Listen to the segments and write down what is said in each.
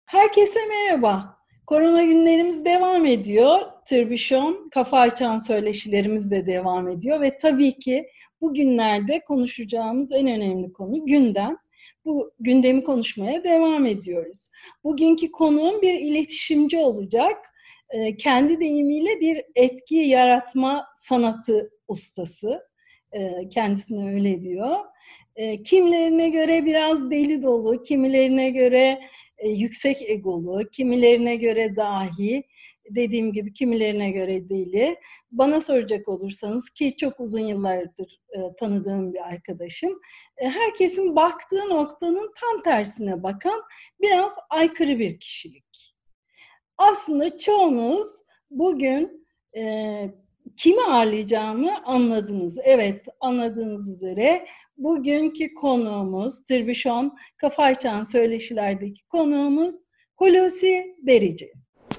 Herkese merhaba. Korona günlerimiz devam ediyor. Tırbüşon, kafa açan söyleşilerimiz de devam ediyor. Ve tabii ki bugünlerde konuşacağımız en önemli konu gündem. Bu gündemi konuşmaya devam ediyoruz. Bugünkü konuğum bir iletişimci olacak. Kendi deyimiyle bir etki yaratma sanatı ustası. Kendisine öyle diyor. Kimilerine göre biraz deli dolu, kimilerine göre yüksek egolu, kimilerine göre dahi, dediğim gibi kimilerine göre deli. Bana soracak olursanız ki çok uzun yıllardır tanıdığım bir arkadaşım, herkesin baktığı noktanın tam tersine bakan biraz aykırı bir kişilik. Aslında çoğunuz bugün kimi ağırlayacağımı anladınız. Evet, anladığınız üzere bugünkü konuğumuz, Tırbüşon Kafa Açan Söyleşiler'deki konuğumuz Hulusi Derici.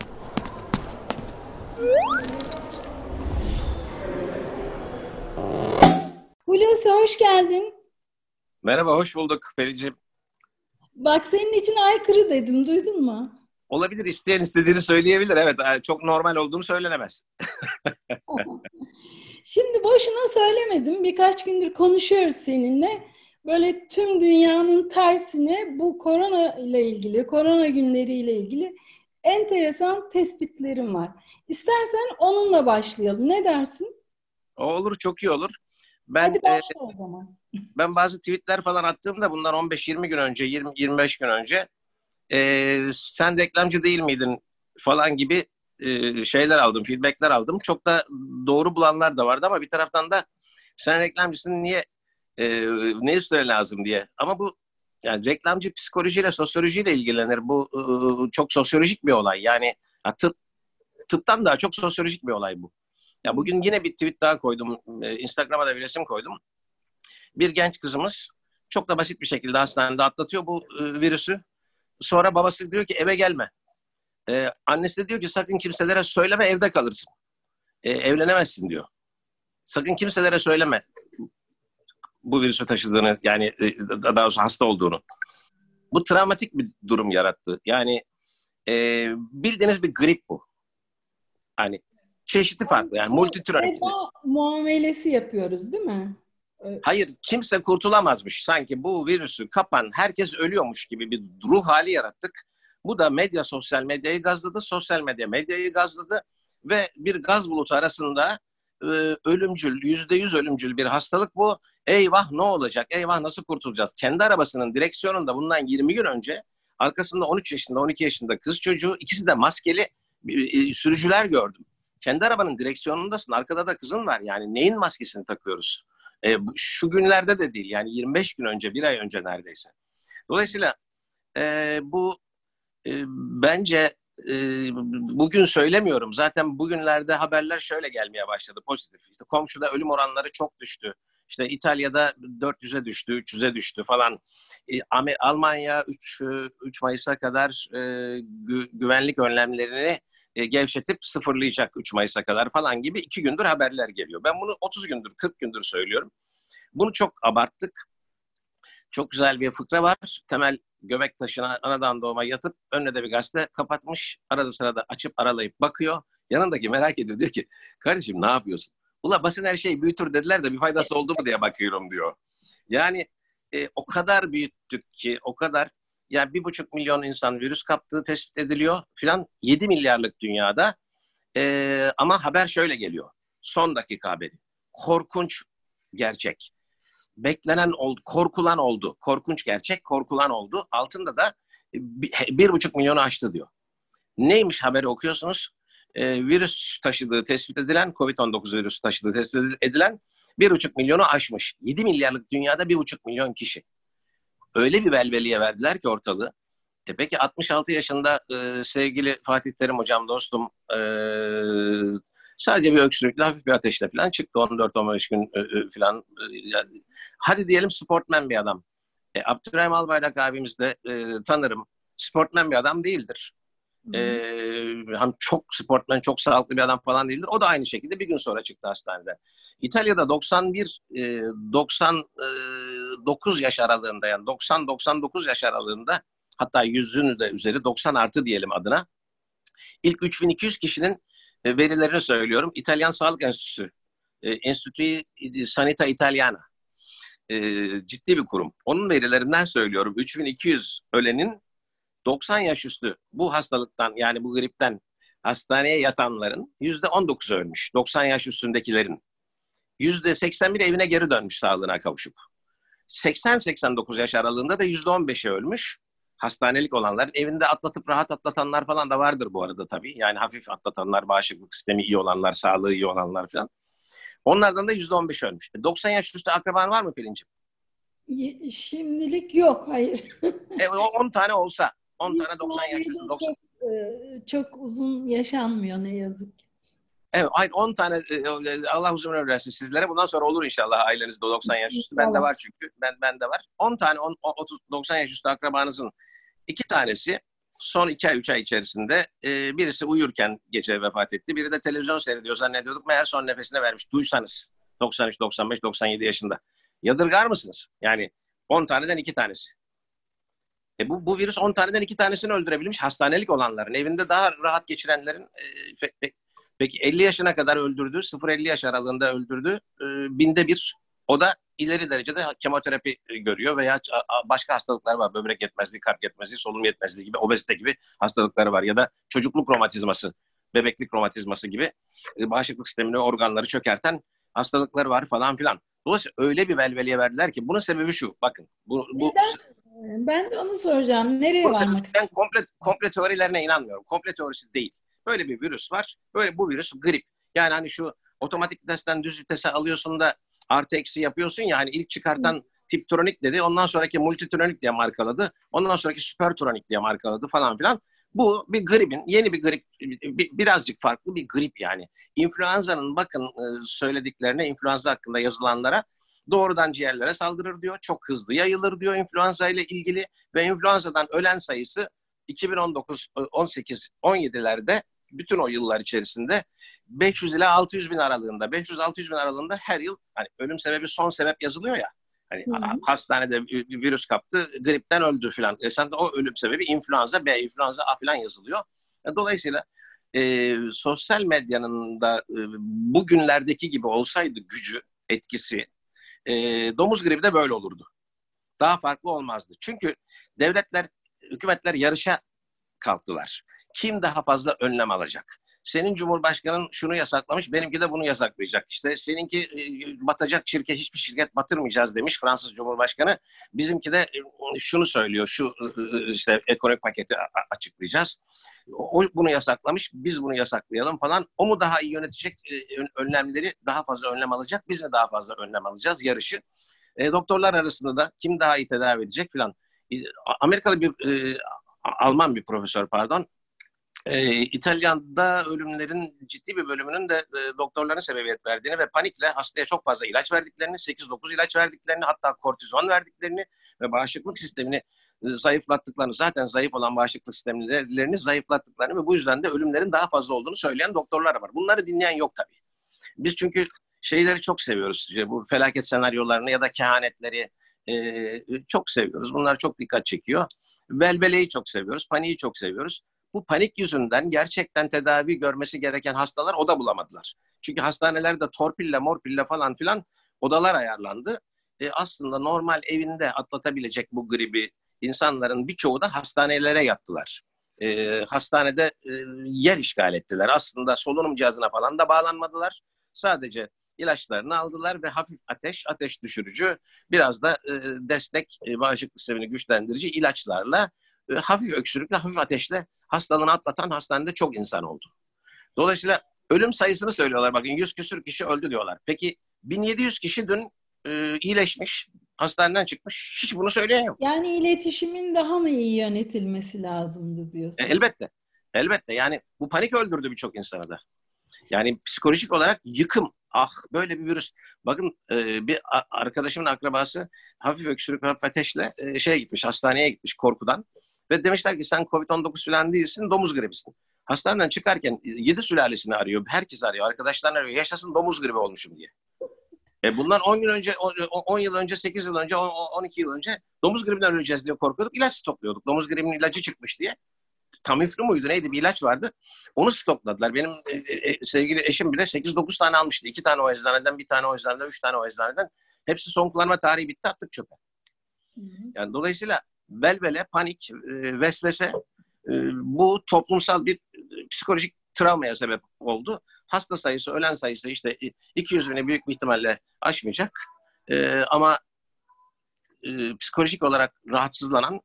Hulusi hoş geldin. Merhaba, hoş bulduk Periciğim. Bak senin için aykırı dedim, duydun mu? Olabilir, isteyen istediğini söyleyebilir. Evet, çok normal olduğunu söylenemez. Şimdi boşuna söylemedim. Birkaç gündür konuşuyoruz seninle. Böyle tüm dünyanın tersine bu korona ile ilgili, korona günleriyle ilgili enteresan tespitlerim var. İstersen onunla başlayalım. Ne dersin? O olur, çok iyi olur. Hadi başla o zaman. Ben bazı tweetler falan attığımda bundan 15-20 gün önce, 20-25 gün önce sen reklamcı değil miydin falan gibi şeyler aldım, feedbackler aldım. Çok da doğru bulanlar da vardı ama bir taraftan da sen reklamcısın ne üstüne lazım diye. Ama bu yani reklamcı psikolojiyle, sosyolojiyle ilgilenir. Bu çok sosyolojik bir olay. Yani tıptan daha çok sosyolojik bir olay bu. Ya bugün yine bir tweet daha koydum. Instagram'a da bir resim koydum. Bir genç kızımız çok da basit bir şekilde hastanede atlatıyor bu virüsü. Sonra babası diyor ki eve gelme. Annesi de diyor ki sakın kimselere söyleme, evde kalırsın. Evlenemezsin diyor. Sakın kimselere söyleme bu virüsü taşıdığını, yani daha doğrusu hasta olduğunu. Bu travmatik bir durum yarattı. Yani bildiğiniz bir grip bu. Hani çeşitli farklı, yani multitür önemli. Muamelesi yapıyoruz değil mi? Hayır, kimse kurtulamazmış. Sanki bu virüsü kapan, herkes ölüyormuş gibi bir ruh hali yarattık. Bu da medya sosyal medyayı gazladı, sosyal medya medyayı gazladı ve bir gaz bulutu arasında ölümcül, %100 ölümcül bir hastalık bu. Eyvah ne olacak, eyvah nasıl kurtulacağız? Kendi arabasının direksiyonunda bundan 20 gün önce arkasında 13 yaşında, 12 yaşında kız çocuğu, ikisi de maskeli sürücüler gördüm. Kendi arabanın direksiyonundasın, arkada da kızın var. Yani neyin maskesini takıyoruz? Şu günlerde de değil, yani 25 gün önce, bir ay önce neredeyse. Dolayısıyla bu bence bugün söylemiyorum. Zaten bugünlerde haberler şöyle gelmeye başladı, pozitif. İşte komşuda ölüm oranları çok düştü. İşte İtalya'da 400'e düştü, 300'e düştü falan. Almanya 3 Mayıs'a kadar güvenlik önlemlerini gevşetip sıfırlayacak 3 Mayıs'a kadar falan gibi 2 gündür haberler geliyor. Ben bunu 30 gündür, 40 gündür söylüyorum. Bunu çok abarttık. Çok güzel bir fıkra var. Temel göbek taşına anadan doğma yatıp önüne de bir gazete kapatmış. Arada sırada açıp aralayıp bakıyor. Yanındaki merak ediyor. Diyor ki kardeşim ne yapıyorsun? Ula basın her şeyi büyütür dediler de bir faydası oldu mu diye bakıyorum diyor. Yani o kadar büyüttük ki o kadar. Yani 1,5 milyon insan virüs kaptığı tespit ediliyor filan, 7 milyarlık dünyada. Ama haber şöyle geliyor. Son dakika haberi. Korkunç gerçek. Beklenen oldu, korkulan oldu. Korkunç gerçek, korkulan oldu. Altında da 1,5 milyonu aştı diyor. Neymiş haberi okuyorsunuz? Virüs taşıdığı tespit edilen, Covid-19 virüsü taşıdığı tespit edilen 1,5 milyonu aşmış. 7 milyarlık dünyada 1,5 milyon kişi. Öyle bir velveliye verdiler ki ortalığı. Peki 66 yaşında sevgili Fatih Terim hocam, dostum, sadece bir öksürükle, hafif bir ateşle falan çıktı 14-15 gün falan. Yani, hadi diyelim sportmen bir adam. Abdurrahim Albayrak abimiz de tanırım. Sportmen bir adam değildir. Hem çok sportmen, çok sağlıklı bir adam falan değildir. O da aynı şekilde bir gün sonra çıktı hastaneden. İtalya'da 99 yaş aralığında, yani 90-99 yaş aralığında hatta 100'ün de üzeri 90 artı diyelim adına. İlk 3200 kişinin verilerini söylüyorum. İtalyan Sağlık Enstitüsü, Enstitü Sanità Italiana, ciddi bir kurum. Onun verilerinden söylüyorum. 3200 ölenin 90 yaş üstü bu hastalıktan, yani bu gripten hastaneye yatanların %19'u ölmüş. 90 yaş üstündekilerin. %81 evine geri dönmüş sağlığına kavuşup. 80-89 yaş aralığında da %15'i ölmüş. Hastanelik olanlar, evinde atlatıp rahat atlatanlar falan da vardır bu arada tabii. Yani hafif atlatanlar, bağışıklık sistemi iyi olanlar, sağlığı iyi olanlar falan. Onlardan da %15 ölmüş. 90 yaş üstü akraban var mı Pelin'ciğim? Şimdilik yok, hayır. 10 tane olsa, 10 tane 90 yaş üstü. 90. Çok uzun yaşanmıyor ne yazık ki. Evet, 10 tane, Allah uzun ömür versin sizlere. Bundan sonra olur inşallah ailenizde 90 yaş üstü. Bende var çünkü. Bende var. 10 tane 90 yaş üstü akrabanızın 2 tanesi son 2 ay 3 ay içerisinde birisi uyurken gece vefat etti. Biri de televizyon seyrediyor zannediyorduk. Meğer son nefesine vermiş. Duysanız 93, 95, 97 yaşında. Yadırgar mısınız? Yani 10 taneden 2 tanesi. Bu virüs 10 taneden 2 tanesini öldürebilmiş. Hastanelik olanların, evinde daha rahat geçirenlerin peki 50 yaşına kadar öldürdü, 0-50 yaş aralığında öldürdü, binde bir. O da ileri derecede kemoterapi görüyor veya başka hastalıklar var. Böbrek yetmezliği, kalp yetmezliği, solunum yetmezliği gibi, obezite gibi hastalıkları var. Ya da çocukluk romatizması, bebeklik romatizması gibi bağışıklık sistemini, organları çökerten hastalıkları var falan filan. Dolayısıyla öyle bir velveleye verdiler ki bunun sebebi şu. Bakın. Ben de onu soracağım. Nereye varmak istiyorsun? Ben komple teorilerine inanmıyorum. Komple teorisi değil. Böyle bir virüs var. Bu virüs grip. Yani hani şu otomatik vitesten düz vitese alıyorsun da artı eksi yapıyorsun ya, hani ilk çıkartan Tiptronic dedi. Ondan sonraki Multitronic diye markaladı. Ondan sonraki Supertronic diye markaladı falan filan. Bu bir gripin, yeni bir grip, birazcık farklı bir grip yani. İnfluenza'nın bakın söylediklerine, influenza hakkında yazılanlara, doğrudan ciğerlere saldırır diyor. Çok hızlı yayılır diyor influenza ile ilgili ve influenza'dan ölen sayısı 2019, 18, 17'lerde bütün o yıllar içerisinde 500 ila 600 bin aralığında, 500-600 bin aralığında her yıl, hani ölüm sebebi son sebep yazılıyor ya. Hani hastanede bir virüs kaptı, gripten öldü filan. Esasında o ölüm sebebi influenza B, influenza A filan yazılıyor. Dolayısıyla sosyal medyanın da bugünlerdeki gibi olsaydı gücü, etkisi, domuz gribi de böyle olurdu. Daha farklı olmazdı. Çünkü devletler, hükümetler yarışa kalktılar. Kim daha fazla önlem alacak? Senin Cumhurbaşkanın şunu yasaklamış, benimki de bunu yasaklayacak. İşte seninki batacak şirket, hiçbir şirket batırmayacağız demiş Fransız Cumhurbaşkanı. Bizimki de şunu söylüyor, şu işte ekonomik paketi açıklayacağız. O bunu yasaklamış, biz bunu yasaklayalım falan. O mu daha iyi yönetecek önlemleri, daha fazla önlem alacak, biz mi daha fazla önlem alacağız yarışı. Doktorlar arasında da kim daha iyi tedavi edecek falan. Amerikalı bir, Alman bir profesör pardon, İtalyan'da ölümlerin ciddi bir bölümünün de doktorların sebebiyet verdiğini ve panikle hastaya çok fazla ilaç verdiklerini, 8-9 ilaç verdiklerini, hatta kortizon verdiklerini ve bağışıklık sistemini zayıflattıklarını, zaten zayıf olan bağışıklık sistemlerini zayıflattıklarını ve bu yüzden de ölümlerin daha fazla olduğunu söyleyen doktorlar var. Bunları dinleyen yok tabii. Biz çünkü şeyleri çok seviyoruz. Bu felaket senaryolarını ya da kehanetleri çok seviyoruz. Bunlar çok dikkat çekiyor. Velveleyi çok seviyoruz. Paniği çok seviyoruz. Bu panik yüzünden gerçekten tedavi görmesi gereken hastalar oda bulamadılar. Çünkü hastanelerde torpille, morpille falan filan odalar ayarlandı. Aslında normal evinde atlatabilecek bu gribi insanların birçoğu da hastanelere yattılar. Hastanede yer işgal ettiler. Aslında solunum cihazına falan da bağlanmadılar. Sadece ilaçlarını aldılar ve hafif ateş düşürücü, biraz da destek, bağışıklık sistemini güçlendirici ilaçlarla, hafif öksürükle, hafif ateşle hastalığını atlatan hastanede çok insan oldu. Dolayısıyla ölüm sayısını söylüyorlar. Bakın 100 küsür kişi öldü diyorlar. Peki 1700 kişi dün iyileşmiş, hastaneden çıkmış. Hiç bunu söyleyen yok. Yani iletişimin daha mı iyi yönetilmesi lazımdı diyorsunuz? Elbette. Elbette. Yani bu panik öldürdü birçok insana da. Yani psikolojik olarak yıkım. Ah, böyle bir virüs. Bakın bir arkadaşımın akrabası hafif öksürük, hafif ateşle gitmiş, hastaneye gitmiş korkudan. Ve demişler ki sen Covid-19 falan değilsin, domuz gribisin. Hastaneden çıkarken 7 sülalesini arıyor, herkes arıyor, arkadaşlarını arıyor. Yaşasın domuz gribi olmuşum diye. Bundan 10 gün önce, 10 yıl önce, 8 yıl önce, 12 yıl önce domuz gribinden öleceğiz diye korkuyorduk. İlaç stokluyorduk. Domuz gribinin ilacı çıkmış diye. Tamiflu muydu neydi, bir ilaç vardı. Onu stokladılar. Benim sevgili eşim bile 8-9 tane almıştı. 2 tane o eczaneden, bir tane o eczaneden, 3 tane o eczaneden. Hepsi son kullanma tarihi bitti, attık çöpe. Yani dolayısıyla velvele, panik, vesvese bu toplumsal bir psikolojik travmaya sebep oldu. Hasta sayısı, ölen sayısı işte 200 bini büyük bir ihtimalle aşmayacak. Ama psikolojik olarak rahatsızlanan,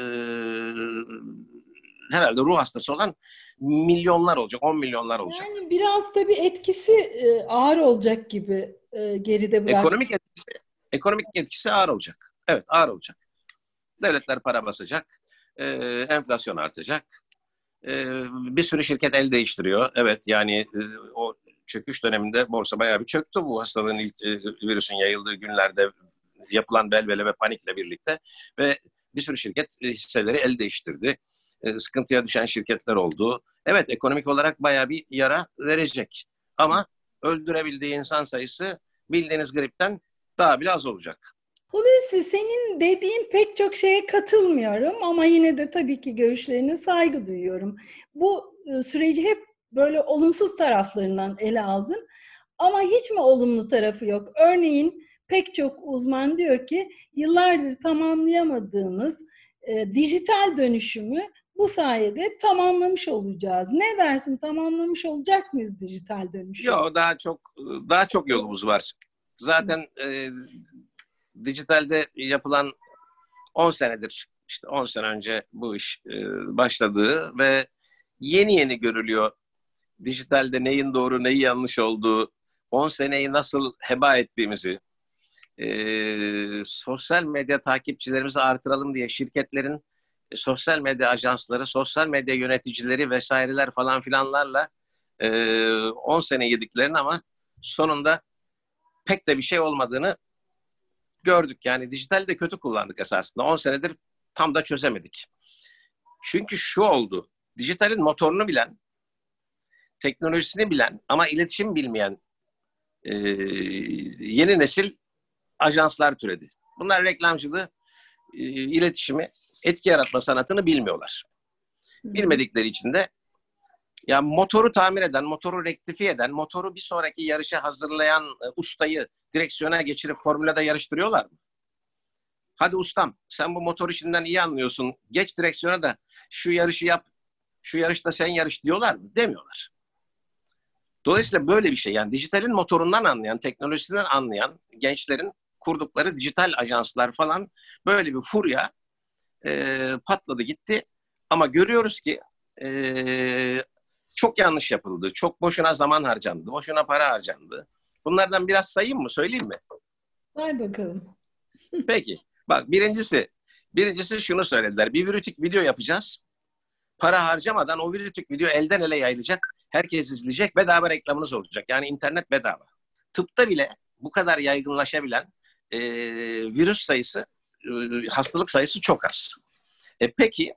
herhalde ruh hastası olan milyonlar olacak, 10 milyonlar olacak. Yani biraz tabii etkisi ağır olacak gibi geride bırak. Ekonomik etkisi ağır olacak. Evet, ağır olacak. Devletler para basacak, enflasyon artacak. Bir sürü şirket el değiştiriyor. Evet, yani o çöküş döneminde borsa bayağı bir çöktü bu hastalığın ilk virüsün yayıldığı günlerde yapılan velvele ve panikle birlikte ve bir sürü şirket hisseleri el değiştirdi. Sıkıntıya düşen şirketler oldu. Evet, ekonomik olarak bayağı bir yara verecek. Ama öldürebildiği insan sayısı bildiğiniz gripten daha bile az olacak. Hulusi, senin dediğin pek çok şeye katılmıyorum ama yine de tabii ki görüşlerine saygı duyuyorum. Bu süreci hep böyle olumsuz taraflarından ele aldın ama hiç mi olumlu tarafı yok? Örneğin pek çok uzman diyor ki yıllardır tamamlayamadığımız dijital dönüşümü bu sayede tamamlamış olacağız. Ne dersin, tamamlamış olacak mıyız dijital dönüşümü? Yok, daha çok yolumuz var. Zaten dijitalde yapılan 10 senedir, işte 10 sene önce bu iş başladığı ve yeni görülüyor. Dijitalde neyin doğru, neyin yanlış olduğu, 10 seneyi nasıl heba ettiğimizi, sosyal medya takipçilerimizi artıralım diye şirketlerin sosyal medya ajansları, sosyal medya yöneticileri vesaireler falan filanlarla 10 sene yediklerini ama sonunda pek de bir şey olmadığını gördük. Yani dijital de kötü kullandık esasında. 10 senedir tam da çözemedik. Çünkü şu oldu. Dijitalin motorunu bilen, teknolojisini bilen ama iletişim bilmeyen yeni nesil ajanslar türedi. Bunlar reklamcılığı, iletişimi, etki yaratma sanatını bilmiyorlar. Bilmedikleri için de ya motoru tamir eden, motoru rektifiye eden, motoru bir sonraki yarışa hazırlayan ustayı direksiyona geçirip formülada yarıştırıyorlar mı? Hadi ustam, sen bu motor işinden iyi anlıyorsun. Geç direksiyona da şu yarışı yap, şu yarışta sen yarış diyorlar mı? Demiyorlar. Dolayısıyla böyle bir şey, yani dijitalin motorundan anlayan, teknolojisinden anlayan gençlerin kurdukları dijital ajanslar falan, böyle bir furya patladı gitti. Ama görüyoruz ki çok yanlış yapıldı, çok boşuna zaman harcandı, boşuna para harcandı. Bunlardan biraz sayayım mı, söyleyeyim mi? Say bakalım. Peki, bak birincisi şunu söylediler. Bir virütik video yapacağız. Para harcamadan o virütik video elden ele yayılacak. Herkes izleyecek. Bedava reklamınız olacak. Yani internet bedava. Tıpta bile bu kadar yaygınlaşabilen virüs sayısı, hastalık sayısı çok az. Peki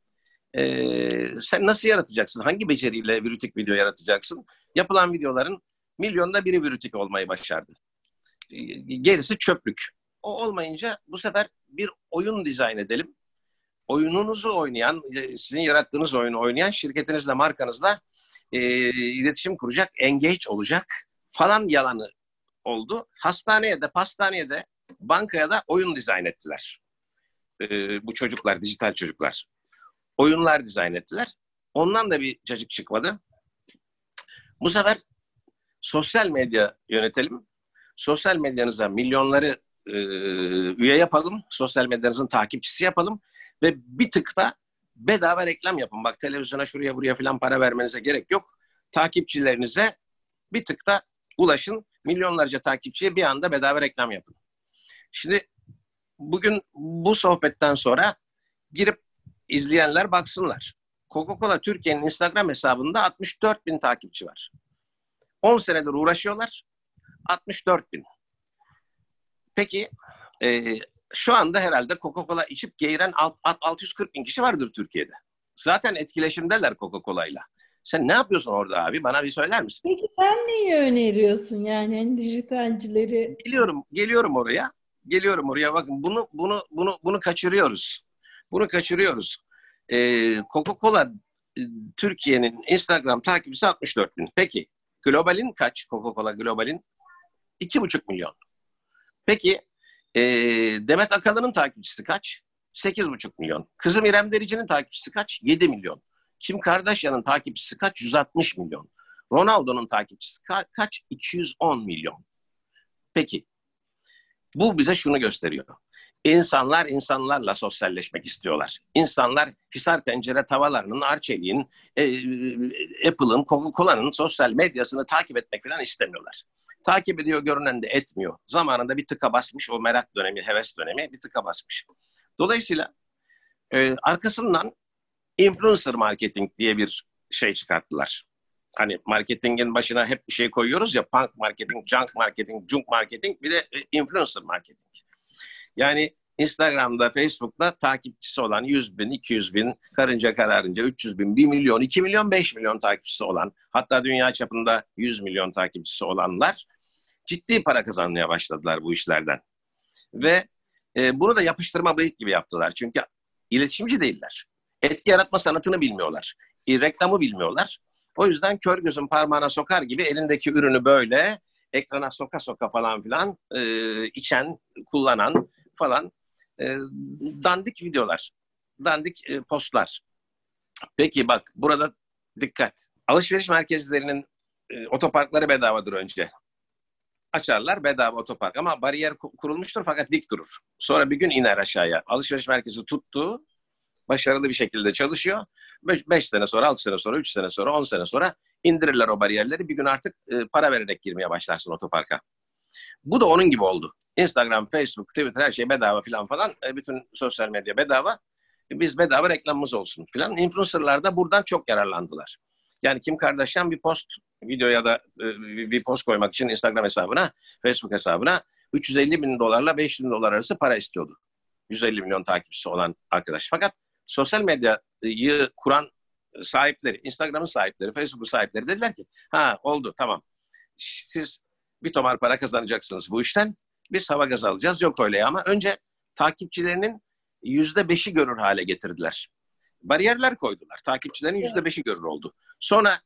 sen nasıl yaratacaksın? Hangi beceriyle virütik video yaratacaksın? Yapılan videoların milyonda biri virütik olmayı başardı. Gerisi çöplük. O olmayınca bu sefer bir oyun dizayn edelim. Oyununuzu oynayan, sizin yarattığınız oyunu oynayan şirketinizle, markanızla iletişim kuracak, engage olacak falan yalanı oldu. Hastaneye de, pastaneye de, bankaya da oyun dizayn ettiler. Bu çocuklar, dijital çocuklar. Oyunlar dizayn ettiler. Ondan da bir cacık çıkmadı. Bu sefer sosyal medya yönetelim. Sosyal medyanıza milyonları üye yapalım. Sosyal medyanızın takipçisi yapalım. Ve bir tıkla bedava reklam yapın. Bak, televizyona şuraya buraya falan para vermenize gerek yok. Takipçilerinize bir tıkla ulaşın. Milyonlarca takipçiye bir anda bedava reklam yapın. Şimdi bugün bu sohbetten sonra girip izleyenler baksınlar. Coca-Cola Türkiye'nin Instagram hesabında 64 bin takipçi var. 10 senedir uğraşıyorlar. 64 bin. Peki şu anda herhalde Coca-Cola içip geğiren 640 bin kişi vardır Türkiye'de. Zaten etkileşimdeler Coca-Cola'yla. Sen ne yapıyorsun orada abi? Bana bir söyler misin? Peki sen neyi öneriyorsun yani hani dijitalcileri? Geliyorum oraya. Geliyorum oraya. Bakın bunu kaçırıyoruz. Bunu kaçırıyoruz. Coca-Cola Türkiye'nin Instagram takipçisi 64 bin. Peki globalin kaç? Coca-Cola globalin 2,5 milyon. Peki Demet Akalın'ın takipçisi kaç? 8,5 milyon. Kızım İrem Derici'nin takipçisi kaç? 7 milyon. Kim Kardashian'ın takipçisi kaç? 160 milyon. Ronaldo'nun takipçisi kaç? 210 milyon. Peki bu bize şunu gösteriyor. İnsanlar insanlarla sosyalleşmek istiyorlar. İnsanlar Hisar Tencere Tavaları'nın, Arçelik'in, Apple'ın, Coca-Cola'nın sosyal medyasını takip etmek falan istemiyorlar. Takip ediyor, görünen de etmiyor. Zamanında bir tıka basmış, o merak dönemi, heves dönemi bir tıka basmış. Dolayısıyla arkasından influencer marketing diye bir şey çıkarttılar. Hani marketingin başına hep bir şey koyuyoruz ya, punk marketing, junk marketing, junk marketing, bir de influencer marketing. Yani Instagram'da, Facebook'ta takipçisi olan 100 bin, 200 bin, karınca kararınca 300 bin, 1 milyon, 2 milyon, 5 milyon takipçisi olan, hatta dünya çapında 100 milyon takipçisi olanlar ciddi para kazanmaya başladılar bu işlerden. Ve bunu da yapıştırma bıyık gibi yaptılar. Çünkü iletişimci değiller. Etki yaratma sanatını bilmiyorlar. Reklamı bilmiyorlar. O yüzden kör gözün parmağına sokar gibi elindeki ürünü böyle ekrana soka soka falan filan içen, kullanan falan dandik videolar, dandik postlar. Peki bak burada dikkat. Alışveriş merkezlerinin otoparkları bedavadır önce. Açarlar bedava otopark ama bariyer kurulmuştur fakat dik durur. Sonra bir gün iner aşağıya. Alışveriş merkezi tuttu, başarılı bir şekilde çalışıyor. 5 sene sonra, 6 sene sonra, 3 sene sonra, 10 sene sonra indirirler o bariyerleri. Bir gün artık para vererek girmeye başlarsın otoparka. Bu da onun gibi oldu. Instagram, Facebook, Twitter her şey bedava falan. Bütün sosyal medya bedava. Biz bedava reklamımız olsun falan. Influencerlar da buradan çok yararlandılar. Yani Kim Kardashian bir post, video ya da bir post koymak için Instagram hesabına, Facebook hesabına 350 bin dolarla 500 bin dolar arası para istiyordu. 150 milyon takipçisi olan arkadaş. Fakat sosyal medyayı kuran sahipleri, Instagram'ın sahipleri, Facebook'un sahipleri dediler ki ha oldu tamam. Siz bir tomar para kazanacaksınız bu işten. Biz hava gazı alacağız. Yok öyle ama önce takipçilerinin %5'i görür hale getirdiler. Bariyerler koydular. Takipçilerin %5'i görür oldu. Sonra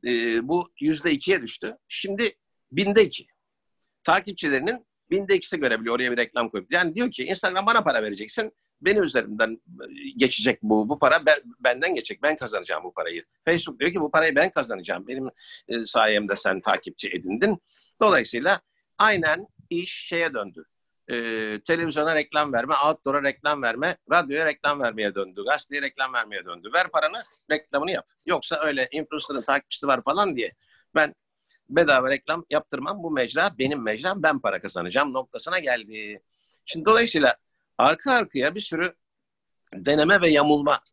bu %2'ye düştü. Şimdi 2.000. Takipçilerinin 2.000'si görebiliyor. Oraya bir reklam koyup. Yani diyor ki Instagram bana para vereceksin. Benim üzerimden geçecek bu para benden geçecek. Ben kazanacağım bu parayı. Facebook diyor ki bu parayı ben kazanacağım. Benim sayemde sen takipçi edindin. Dolayısıyla aynen iş şeye döndü. Televizyona reklam verme, outdoor'a reklam verme, radyoya reklam vermeye döndü, gazeteye reklam vermeye döndü. Ver paranı, reklamını yap. Yoksa öyle influencer'ın takipçisi var falan diye ben bedava reklam yaptırmam. Bu mecra benim mecram, ben para kazanacağım noktasına geldi. Şimdi dolayısıyla arka arkaya bir sürü deneme ve yamulma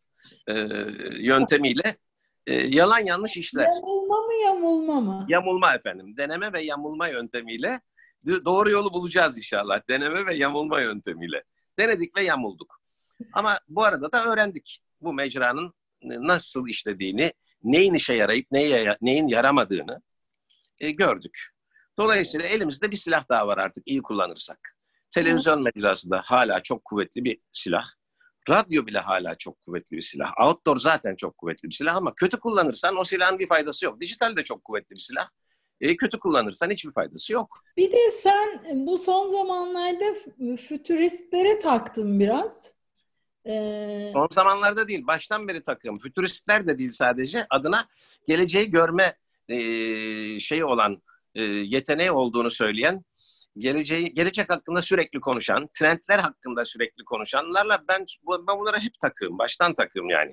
yöntemiyle yalan yanlış işler. Yamulma mı yamulma mı? Yamulma efendim. Deneme ve yamulma yöntemiyle doğru yolu bulacağız inşallah. Deneme ve yamulma yöntemiyle. Denedik ve yamulduk. Ama bu arada da öğrendik bu mecranın nasıl işlediğini, neyin işe yarayıp neyin yaramadığını gördük. Dolayısıyla elimizde bir silah daha var artık iyi kullanırsak. Televizyon mecrası da hala çok kuvvetli bir silah. Radyo bile hala çok kuvvetli bir silah. Outdoor zaten çok kuvvetli bir silah ama kötü kullanırsan o silahın bir faydası yok. Dijital de çok kuvvetli bir silah. Kötü kullanırsan hiçbir faydası yok. Bir de sen bu son zamanlarda fütüristlere taktın biraz. Son zamanlarda değil, baştan beri takım. Fütüristler de değil sadece. Adına geleceği görme şeyi olan, yeteneği olduğunu söyleyen, gelecek hakkında sürekli konuşan, trendler hakkında sürekli konuşanlarla ben bunlara hep takığım. Baştan takığım yani.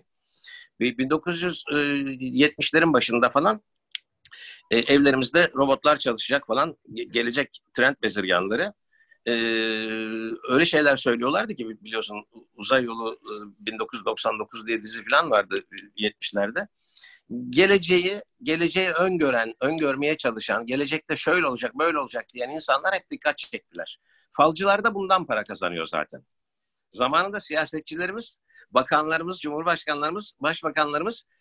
1970'lerin başında falan evlerimizde robotlar çalışacak falan, gelecek trend bezirganları öyle şeyler söylüyorlardı ki biliyorsun Uzay Yolu 1999 diye dizi falan vardı 70'lerde. Geleceği öngörmeye çalışan, gelecekte şöyle olacak, böyle olacak diyen insanlar hep dikkat çektiler. Falcılar da bundan para kazanıyor zaten. Zamanında siyasetçilerimiz, bakanlarımız, cumhurbaşkanlarımız, başbakanlarımız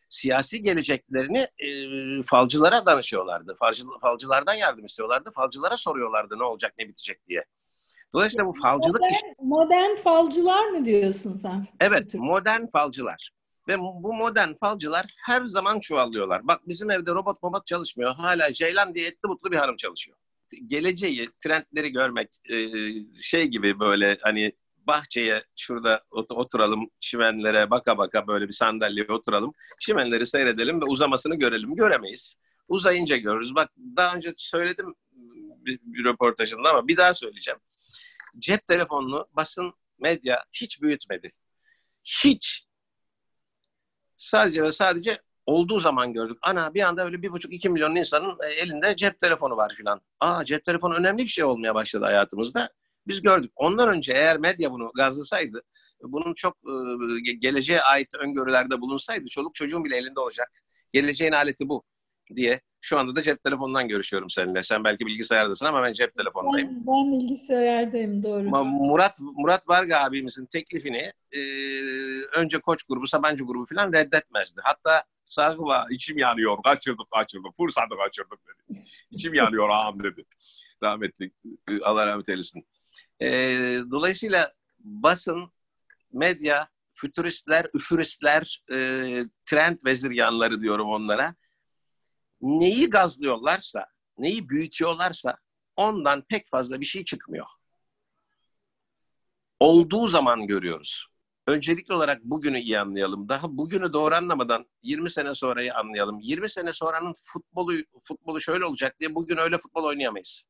siyasi geleceklerini falcılara danışıyorlardı. Falcılardan yardım istiyorlardı. Falcılara soruyorlardı ne olacak, ne bitecek diye. Dolayısıyla bu falcılık modern falcılar mı diyorsun sen? Evet, modern falcılar. Ve bu modern falcılar her zaman çuvallıyorlar. Bak bizim evde robot çalışmıyor. Hala Ceylan diye etli mutlu bir hanım çalışıyor. Geleceği, trendleri görmek şey gibi böyle hani bahçeye şurada oturalım, çimenlere baka baka böyle bir sandalyeye oturalım. Çimenleri seyredelim ve uzamasını görelim. Göremeyiz. Uzayınca görürüz. Bak daha önce söyledim bir röportajında ama bir daha söyleyeceğim. Cep telefonunu basın, medya hiç büyütmedi. Hiç. Sadece ve sadece olduğu zaman gördük. Ana bir anda öyle 1,5-2 milyon insanın elinde cep telefonu var filan. Cep telefonu önemli bir şey olmaya başladı hayatımızda. Biz gördük. Ondan önce eğer medya bunu gazlasaydı, bunun çok geleceğe ait öngörülerde bulunsaydı çoluk çocuğun bile elinde olacak. Geleceğin aleti bu diye. Şu anda da cep telefonundan görüşüyorum seninle. Sen belki bilgisayardasın ama ben cep telefonundayım. Ben bilgisayardayım, doğru. Ama Murat Varga abimizin teklifini önce Koç grubu, Sabancı grubu falan reddetmezdi. Hatta Sarıva içim yanıyor, kaçırdık, fırsatı kaçırdık dedi. İçim yanıyor ağam dedi. Rahmetli, Allah rahmet eylesin. Dolayısıyla basın, medya, fütüristler, üfüristler, trend veziryanları diyorum onlara. Neyi gazlıyorlarsa, neyi büyütüyorlarsa ondan pek fazla bir şey çıkmıyor. Olduğu zaman görüyoruz. Öncelikli olarak bugünü iyi anlayalım. Daha bugünü doğru anlamadan 20 sene sonrayı anlayalım. 20 sene sonranın futbolu şöyle olacak diye bugün öyle futbol oynayamayız.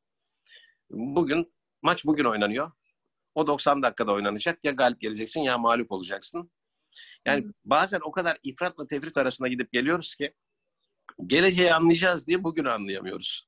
Maç bugün oynanıyor. O 90 dakikada oynanacak. Ya galip geleceksin ya mağlup olacaksın. Yani bazen o kadar ifratla tefrit arasında gidip geliyoruz ki geleceği anlayacağız diye bugünü anlayamıyoruz.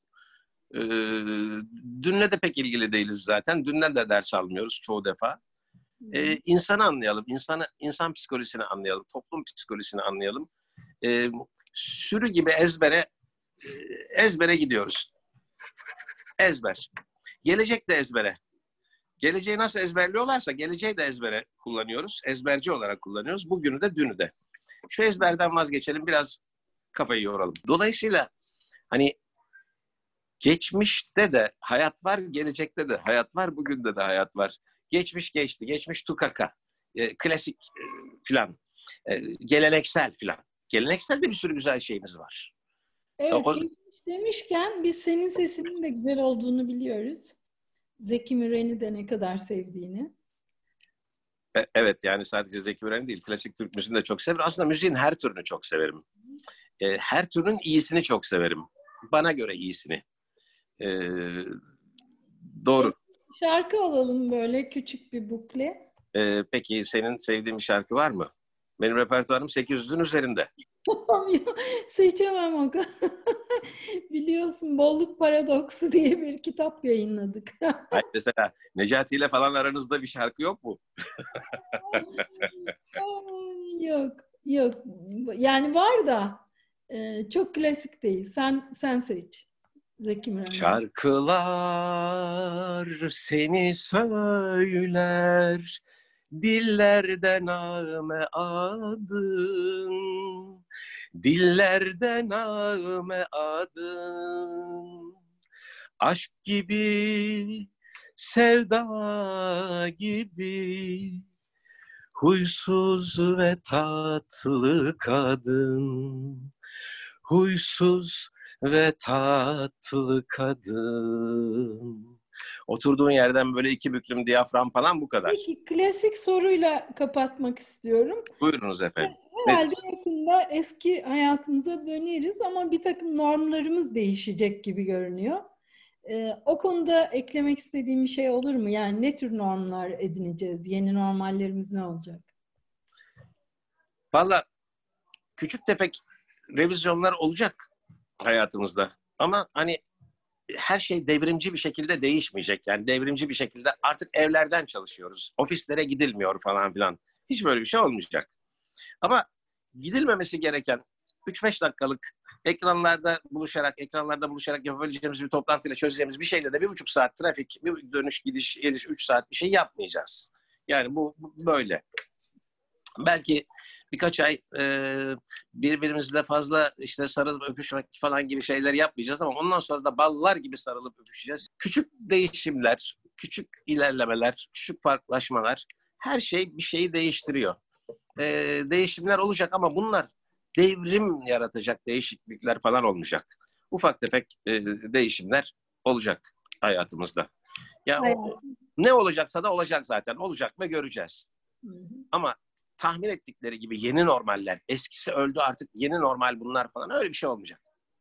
Dünle de pek ilgili değiliz zaten. Dünden de ders almıyoruz çoğu defa. İnsanı anlayalım. İnsan psikolojisini anlayalım. Toplum psikolojisini anlayalım. Sürü gibi ezbere gidiyoruz. Ezber. Gelecek de ezbere. Geleceği nasıl ezberliyorlarsa geleceği de ezbere kullanıyoruz. Ezberci olarak kullanıyoruz. Bugünü de dünü de. Şu ezberden vazgeçelim. Biraz kafayı yoralım. Dolayısıyla hani geçmişte de hayat var, gelecekte de hayat var, bugünde de hayat var. Geçmiş geçti, geçmiş tukaka, klasik filan, geleneksel filan. Geleneksel de bir sürü güzel şeyimiz var. Evet, geçmiş demişken biz senin sesinin de güzel olduğunu biliyoruz. Zeki Müren'i de ne kadar sevdiğini. Evet, yani sadece Zeki Müren değil, klasik Türk müziğini de çok severim. Aslında müziğin her türünü çok severim. Her türün iyisini çok severim. Bana göre iyisini. Doğru. Şarkı alalım böyle küçük bir bukle. Peki senin sevdiğin bir şarkı var mı? Benim repertuarım 800'ün üzerinde. Seçemem o kadar. Biliyorsun Bolluk Paradoksu diye bir kitap yayınladık. Hayır, mesela Necati ile falan aranızda bir şarkı yok mu? Yok. Yani var da çok klasik değil. Sen seç. Zeki Müren. Şarkılar seni söyler, dillerden nağme adın, dillerden nağme adın. Aşk gibi, sevda gibi, huysuz ve tatlı kadın. Huysuz ve tatlı kadın. Oturduğun yerden böyle iki büklüm diyafram falan bu kadar. Peki klasik soruyla kapatmak istiyorum. Buyurunuz efendim. Herhalde yakında eski hayatımıza döneriz ama bir takım normlarımız değişecek gibi görünüyor. O konuda eklemek istediğim bir şey olur mu? Yani ne tür normlar edineceğiz? Yeni normallerimiz ne olacak? Vallahi küçük tefek revizyonlar olacak hayatımızda. Ama hani her şey devrimci bir şekilde değişmeyecek. Yani devrimci bir şekilde artık evlerden çalışıyoruz. Ofislere gidilmiyor falan filan. Hiç böyle bir şey olmayacak. Ama gidilmemesi gereken 3-5 dakikalık ekranlarda buluşarak yapabileceğimiz bir toplantıyla çözeceğimiz bir şeyle de 1,5 saat trafik, bir dönüş gidiş geliş 3 saat bir şey yapmayacağız. Yani bu böyle. Belki birkaç ay birbirimizle fazla işte sarılıp öpüşmek falan gibi şeyler yapmayacağız ama ondan sonra da ballar gibi sarılıp öpüşeceğiz. Küçük değişimler, küçük ilerlemeler, küçük farklılaşmalar her şey bir şeyi değiştiriyor. Değişimler olacak ama bunlar devrim yaratacak değişiklikler falan olmayacak. Ufak tefek değişimler olacak hayatımızda. Ya ne olacaksa da olacak zaten. Olacak ve göreceğiz. Ama tahmin ettikleri gibi yeni normaller, eskisi öldü artık yeni normal bunlar falan öyle bir şey olmayacak.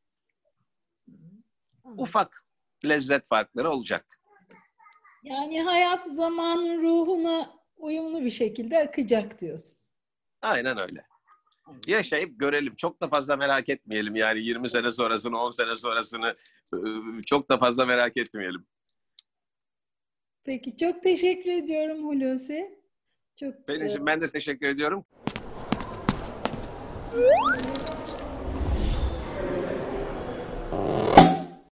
Ufak lezzet farkları olacak. Yani hayat zamanın ruhuna uyumlu bir şekilde akacak diyorsun. Aynen öyle. Yaşayıp görelim. Çok da fazla merak etmeyelim. Yani 20 sene sonrasını, 10 sene sonrasını çok da fazla merak etmeyelim. Peki çok teşekkür ediyorum Hulusi. Benim için ben de teşekkür ediyorum.